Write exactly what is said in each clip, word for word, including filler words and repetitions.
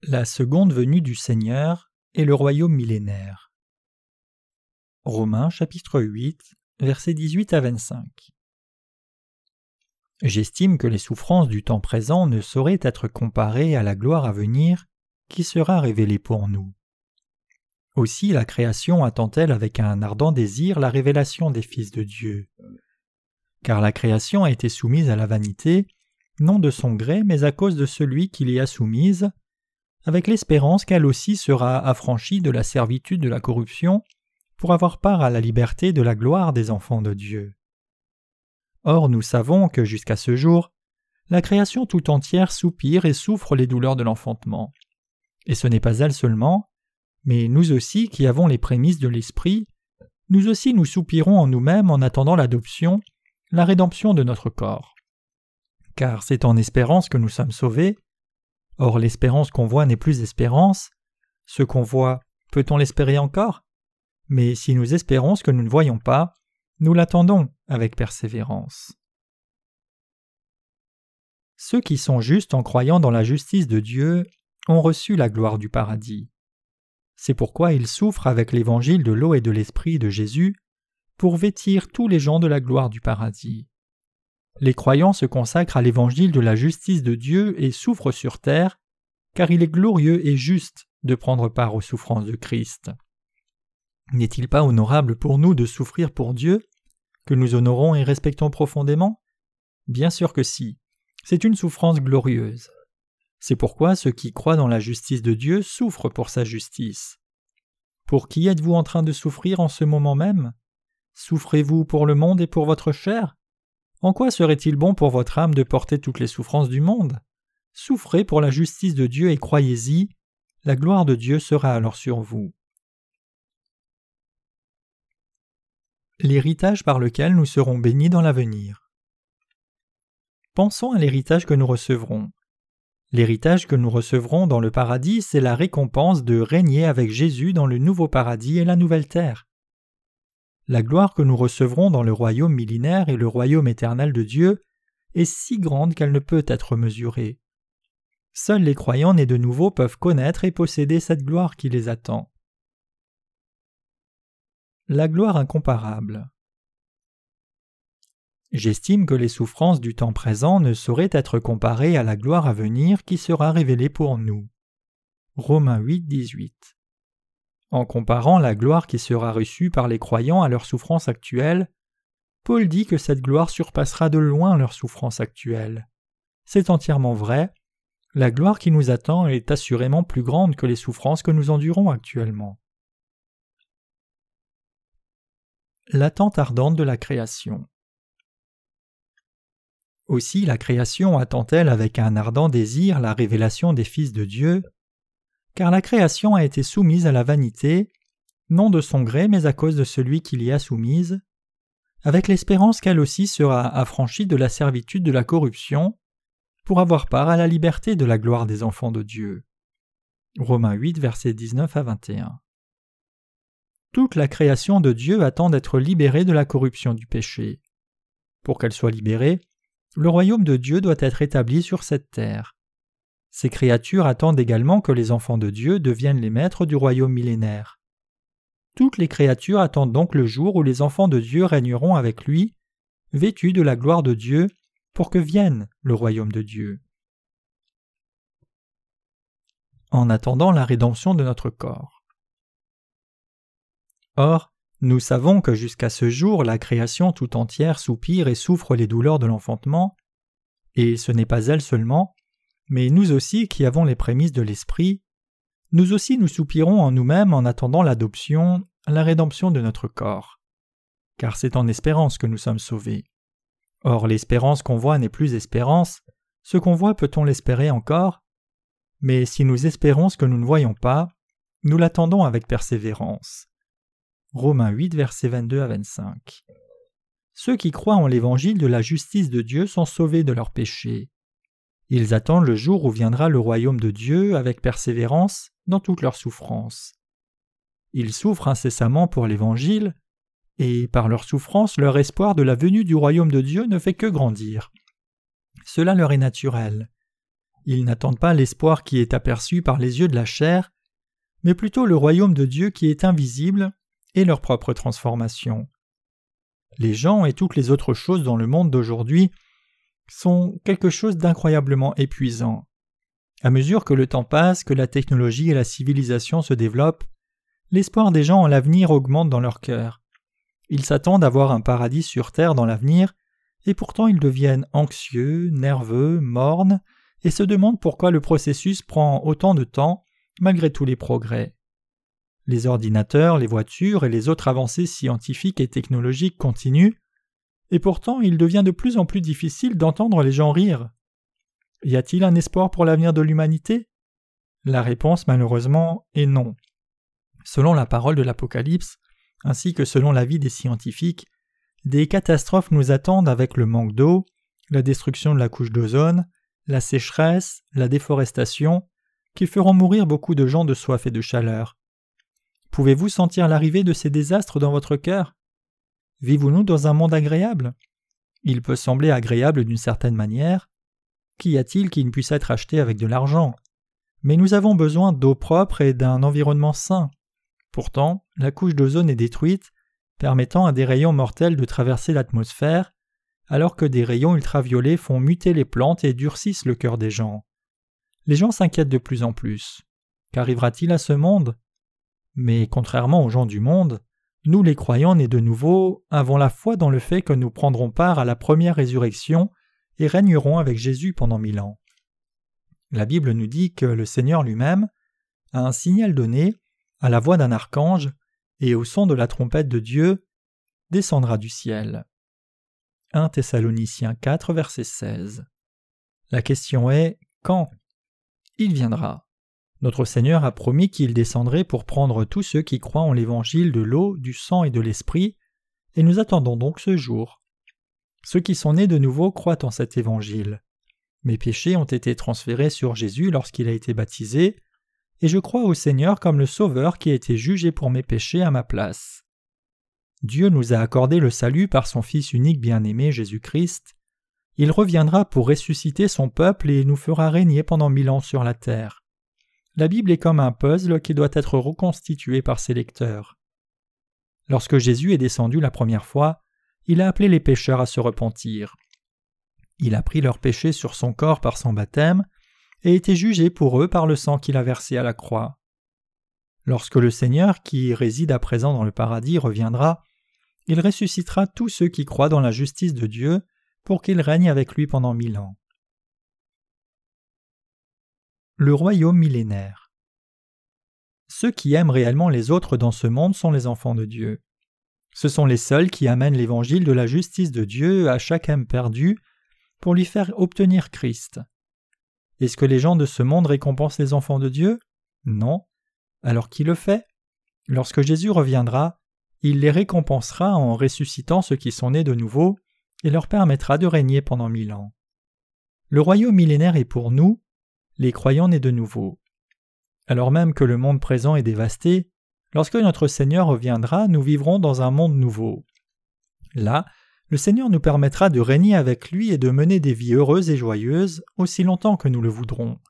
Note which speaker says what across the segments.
Speaker 1: La seconde venue du Seigneur et le royaume millénaire. Romains chapitre huit, versets dix-huit à vingt-cinq. J'estime que les souffrances du temps présent ne sauraient être comparées à la gloire à venir qui sera révélée pour nous. Aussi la création attend-elle avec un ardent désir la révélation des fils de Dieu. Car la création a été soumise à la vanité, non de son gré, mais à cause de celui qui l'y a soumise, avec l'espérance qu'elle aussi sera affranchie de la servitude de la corruption pour avoir part à la liberté de la gloire des enfants de Dieu. Or nous savons que jusqu'à ce jour, la création tout entière soupire et souffre les douleurs de l'enfantement. Et ce n'est pas elle seulement, mais nous aussi qui avons les prémices de l'Esprit, nous aussi nous soupirons en nous-mêmes en attendant l'adoption, la rédemption de notre corps. Car c'est en espérance que nous sommes sauvés. Or l'espérance qu'on voit n'est plus espérance. Ce qu'on voit, peut-on l'espérer encore? Mais si nous espérons ce que nous ne voyons pas, nous l'attendons avec persévérance. Ceux qui sont justes en croyant dans la justice de Dieu ont reçu la gloire du paradis. C'est pourquoi ils souffrent avec l'évangile de l'eau et de l'esprit de Jésus pour vêtir tous les gens de la gloire du paradis. Les croyants se consacrent à l'évangile de la justice de Dieu et souffrent sur terre, car il est glorieux et juste de prendre part aux souffrances de Christ. N'est-il pas honorable pour nous de souffrir pour Dieu, que nous honorons et respectons profondément? Bien sûr que si, c'est une souffrance glorieuse. C'est pourquoi ceux qui croient dans la justice de Dieu souffrent pour sa justice. Pour qui êtes-vous en train de souffrir en ce moment même? Souffrez-vous pour le monde et pour votre chair? En quoi serait-il bon pour votre âme de porter toutes les souffrances du monde? Souffrez pour la justice de Dieu et croyez-y, la gloire de Dieu sera alors sur vous. L'héritage par lequel nous serons bénis dans l'avenir. Pensons à l'héritage que nous recevrons. L'héritage que nous recevrons dans le paradis, c'est la récompense de régner avec Jésus dans le nouveau paradis et la nouvelle terre. La gloire que nous recevrons dans le royaume millénaire et le royaume éternel de Dieu est si grande qu'elle ne peut être mesurée. Seuls les croyants nés de nouveau peuvent connaître et posséder cette gloire qui les attend. La gloire incomparable. J'estime que les souffrances du temps présent ne sauraient être comparées à la gloire à venir qui sera révélée pour nous. Romains huit, dix-huit. En comparant la gloire qui sera reçue par les croyants à leurs souffrances actuelles, Paul dit que cette gloire surpassera de loin leurs souffrances actuelles. C'est entièrement vrai, la gloire qui nous attend est assurément plus grande que les souffrances que nous endurons actuellement. L'attente ardente de la création. Aussi la création attend-elle avec un ardent désir la révélation des fils de Dieu, car la création a été soumise à la vanité, non de son gré mais à cause de celui qui l'y a soumise, avec l'espérance qu'elle aussi sera affranchie de la servitude de la corruption, pour avoir part à la liberté de la gloire des enfants de Dieu. Romains huit, versets dix-neuf à vingt et un. Toute la création de Dieu attend d'être libérée de la corruption du péché. Pour qu'elle soit libérée, le royaume de Dieu doit être établi sur cette terre. Ces créatures attendent également que les enfants de Dieu deviennent les maîtres du royaume millénaire. Toutes les créatures attendent donc le jour où les enfants de Dieu régneront avec lui, vêtus de la gloire de Dieu, pour que vienne le royaume de Dieu. En attendant la rédemption de notre corps. Or, nous savons que jusqu'à ce jour, la création tout entière soupire et souffre les douleurs de l'enfantement, et ce n'est pas elle seulement, mais nous aussi qui avons les prémices de l'Esprit, nous aussi nous soupirons en nous-mêmes en attendant l'adoption, la rédemption de notre corps. Car c'est en espérance que nous sommes sauvés. Or l'espérance qu'on voit n'est plus espérance, ce qu'on voit peut-on l'espérer encore? Mais si nous espérons ce que nous ne voyons pas, nous l'attendons avec persévérance. Romains huit, versets vingt-deux à vingt-cinq. Ceux qui croient en l'évangile de la justice de Dieu sont sauvés de leurs péchés. Ils attendent le jour où viendra le royaume de Dieu avec persévérance dans toutes leurs souffrances. Ils souffrent incessamment pour l'Évangile, et par leur souffrance, leur espoir de la venue du royaume de Dieu ne fait que grandir. Cela leur est naturel. Ils n'attendent pas l'espoir qui est aperçu par les yeux de la chair, mais plutôt le royaume de Dieu qui est invisible et leur propre transformation. Les gens et toutes les autres choses dans le monde d'aujourd'hui sont quelque chose d'incroyablement épuisant. À mesure que le temps passe, que la technologie et la civilisation se développent, l'espoir des gens en l'avenir augmente dans leur cœur. Ils s'attendent à voir un paradis sur terre dans l'avenir, et pourtant ils deviennent anxieux, nerveux, mornes, et se demandent pourquoi le processus prend autant de temps malgré tous les progrès. Les ordinateurs, les voitures et les autres avancées scientifiques et technologiques continuent, et pourtant il devient de plus en plus difficile d'entendre les gens rire. Y a-t-il un espoir pour l'avenir de l'humanité ? La réponse, malheureusement, est non. Selon la parole de l'Apocalypse, ainsi que selon l'avis des scientifiques, des catastrophes nous attendent avec le manque d'eau, la destruction de la couche d'ozone, la sécheresse, la déforestation, qui feront mourir beaucoup de gens de soif et de chaleur. Pouvez-vous sentir l'arrivée de ces désastres dans votre cœur ? Vivons-nous dans un monde agréable ? Il peut sembler agréable d'une certaine manière. Qu'y a-t-il qui ne puisse être acheté avec de l'argent ? Mais nous avons besoin d'eau propre et d'un environnement sain. Pourtant, la couche d'ozone est détruite, permettant à des rayons mortels de traverser l'atmosphère, alors que des rayons ultraviolets font muter les plantes et durcissent le cœur des gens. Les gens s'inquiètent de plus en plus. Qu'arrivera-t-il à ce monde ? Mais contrairement aux gens du monde, nous les croyants nés de nouveau avons la foi dans le fait que nous prendrons part à la première résurrection et régnerons avec Jésus pendant mille ans. La Bible nous dit que le Seigneur lui-même, à un signal donné, à la voix d'un archange et au son de la trompette de Dieu, descendra du ciel. un Thessaloniciens quatre, verset seize. La question est « Quand ?» Il viendra. Notre Seigneur a promis qu'il descendrait pour prendre tous ceux qui croient en l'évangile de l'eau, du sang et de l'esprit, et nous attendons donc ce jour. Ceux qui sont nés de nouveau croient en cet évangile. Mes péchés ont été transférés sur Jésus lorsqu'il a été baptisé, et je crois au Seigneur comme le Sauveur qui a été jugé pour mes péchés à ma place. Dieu nous a accordé le salut par son Fils unique bien-aimé Jésus-Christ. Il reviendra pour ressusciter son peuple et nous fera régner pendant mille ans sur la terre. La Bible est comme un puzzle qui doit être reconstitué par ses lecteurs. Lorsque Jésus est descendu la première fois, il a appelé les pécheurs à se repentir. Il a pris leurs péchés sur son corps par son baptême et été jugé pour eux par le sang qu'il a versé à la croix. Lorsque le Seigneur, qui réside à présent dans le paradis, reviendra, il ressuscitera tous ceux qui croient dans la justice de Dieu pour qu'ils règnent avec lui pendant mille ans. Le royaume millénaire. Ceux qui aiment réellement les autres dans ce monde sont les enfants de Dieu. Ce sont les seuls qui amènent l'évangile de la justice de Dieu à chaque âme perdue pour lui faire obtenir Christ. Est-ce que les gens de ce monde récompensent les enfants de Dieu ? Non. Alors qui le fait ? Lorsque Jésus reviendra, il les récompensera en ressuscitant ceux qui sont nés de nouveau et leur permettra de régner pendant mille ans. Le royaume millénaire est pour nous, les croyants nés de nouveau. Alors même que le monde présent est dévasté, lorsque notre Seigneur reviendra, nous vivrons dans un monde nouveau. Là, le Seigneur nous permettra de régner avec lui et de mener des vies heureuses et joyeuses aussi longtemps que nous le voudrons.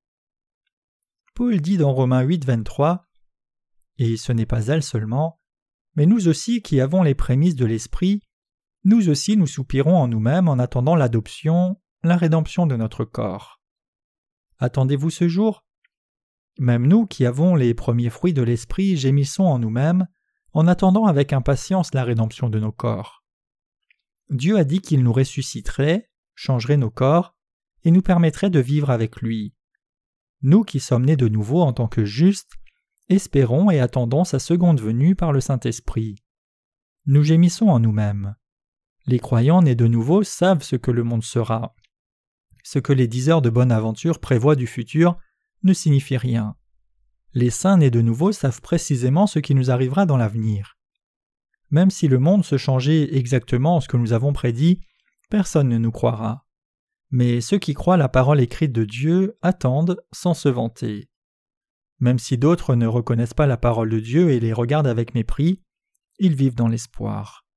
Speaker 1: Paul dit dans Romains huit, vingt-trois, « Et ce n'est pas elle seulement, mais nous aussi qui avons les prémices de l'Esprit, nous aussi nous soupirons en nous-mêmes en attendant l'adoption, la rédemption de notre corps. » Attendez-vous ce jour ? Même nous qui avons les premiers fruits de l'Esprit gémissons en nous-mêmes en attendant avec impatience la rédemption de nos corps. Dieu a dit qu'il nous ressusciterait, changerait nos corps et nous permettrait de vivre avec lui. Nous qui sommes nés de nouveau en tant que justes, espérons et attendons sa seconde venue par le Saint-Esprit. Nous gémissons en nous-mêmes. Les croyants nés de nouveau savent ce que le monde sera. Ce que les diseurs de bonne aventure prévoient du futur ne signifie rien. Les saints nés de nouveau savent précisément ce qui nous arrivera dans l'avenir. Même si le monde se changeait exactement en ce que nous avons prédit, personne ne nous croira. Mais ceux qui croient la parole écrite de Dieu attendent sans se vanter. Même si d'autres ne reconnaissent pas la parole de Dieu et les regardent avec mépris, ils vivent dans l'espoir.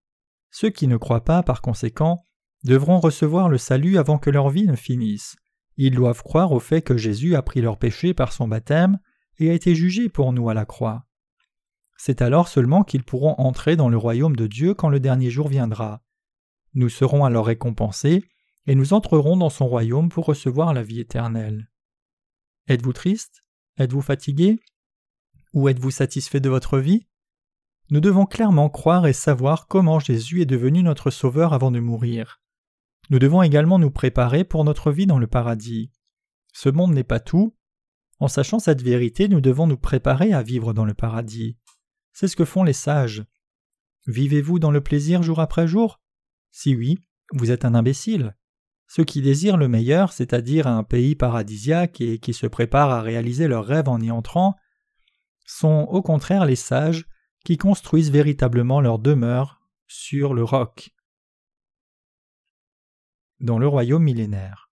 Speaker 1: Ceux qui ne croient pas, par conséquent, devront recevoir le salut avant que leur vie ne finisse, Ils doivent croire au fait que Jésus a pris leurs péchés par son baptême et a été jugé pour nous à la croix. C'est alors seulement qu'ils pourront entrer dans le royaume de Dieu quand le dernier jour viendra. Nous serons alors récompensés et nous entrerons dans son royaume pour recevoir la vie éternelle. Êtes-vous triste? Êtes-vous fatigué? Ou êtes-vous satisfait de votre vie? Nous devons clairement croire et savoir comment Jésus est devenu notre Sauveur avant de mourir. Nous devons également nous préparer pour notre vie dans le paradis. Ce monde n'est pas tout. En sachant cette vérité, nous devons nous préparer à vivre dans le paradis. C'est ce que font les sages. Vivez-vous dans le plaisir jour après jour? Si oui, vous êtes un imbécile. Ceux qui désirent le meilleur, c'est-à-dire un pays paradisiaque et qui se préparent à réaliser leurs rêves en y entrant, sont au contraire les sages qui construisent véritablement leur demeure sur le roc. Dans le royaume millénaire.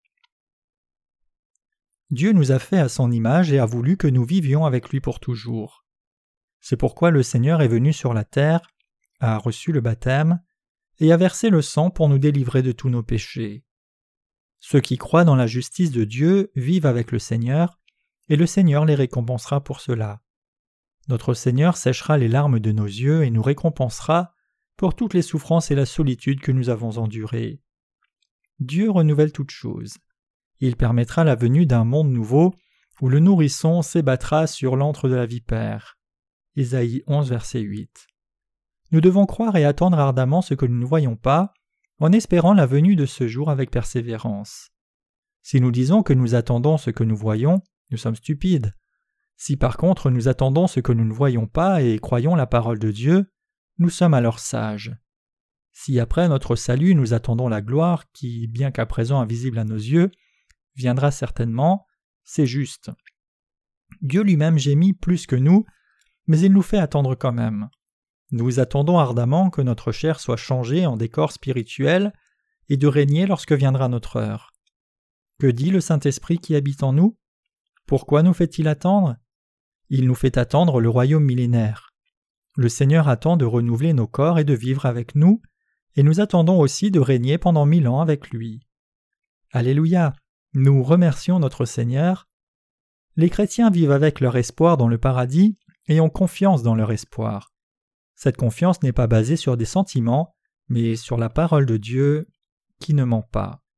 Speaker 1: Dieu nous a fait à son image et a voulu que nous vivions avec lui pour toujours. C'est pourquoi le Seigneur est venu sur la terre, a reçu le baptême et a versé le sang pour nous délivrer de tous nos péchés. Ceux qui croient dans la justice de Dieu vivent avec le Seigneur, et le Seigneur les récompensera pour cela. Notre Seigneur séchera les larmes de nos yeux et nous récompensera pour toutes les souffrances et la solitude que nous avons endurées. Dieu renouvelle toutes choses. Il permettra la venue d'un monde nouveau où le nourrisson s'ébattra sur l'antre de la vipère. Ésaïe onze, verset huit. Nous devons croire et attendre ardemment ce que nous ne voyons pas, en espérant la venue de ce jour avec persévérance. Si nous disons que nous attendons ce que nous voyons, nous sommes stupides. Si par contre nous attendons ce que nous ne voyons pas et croyons la parole de Dieu, nous sommes alors sages. Si après notre salut nous attendons la gloire qui, bien qu'à présent invisible à nos yeux, viendra certainement, c'est juste. Dieu lui-même gémit plus que nous, mais il nous fait attendre quand même. Nous attendons ardemment que notre chair soit changée en décor spirituel et de régner lorsque viendra notre heure. Que dit le Saint-Esprit qui habite en nous? Pourquoi nous fait-il attendre? Il nous fait attendre le royaume millénaire. Le Seigneur attend de renouveler nos corps et de vivre avec nous, et nous attendons aussi de régner pendant mille ans avec lui. Alléluia! Nous remercions notre Seigneur. Les chrétiens vivent avec leur espoir dans le paradis et ont confiance dans leur espoir. Cette confiance n'est pas basée sur des sentiments, mais sur la parole de Dieu qui ne ment pas.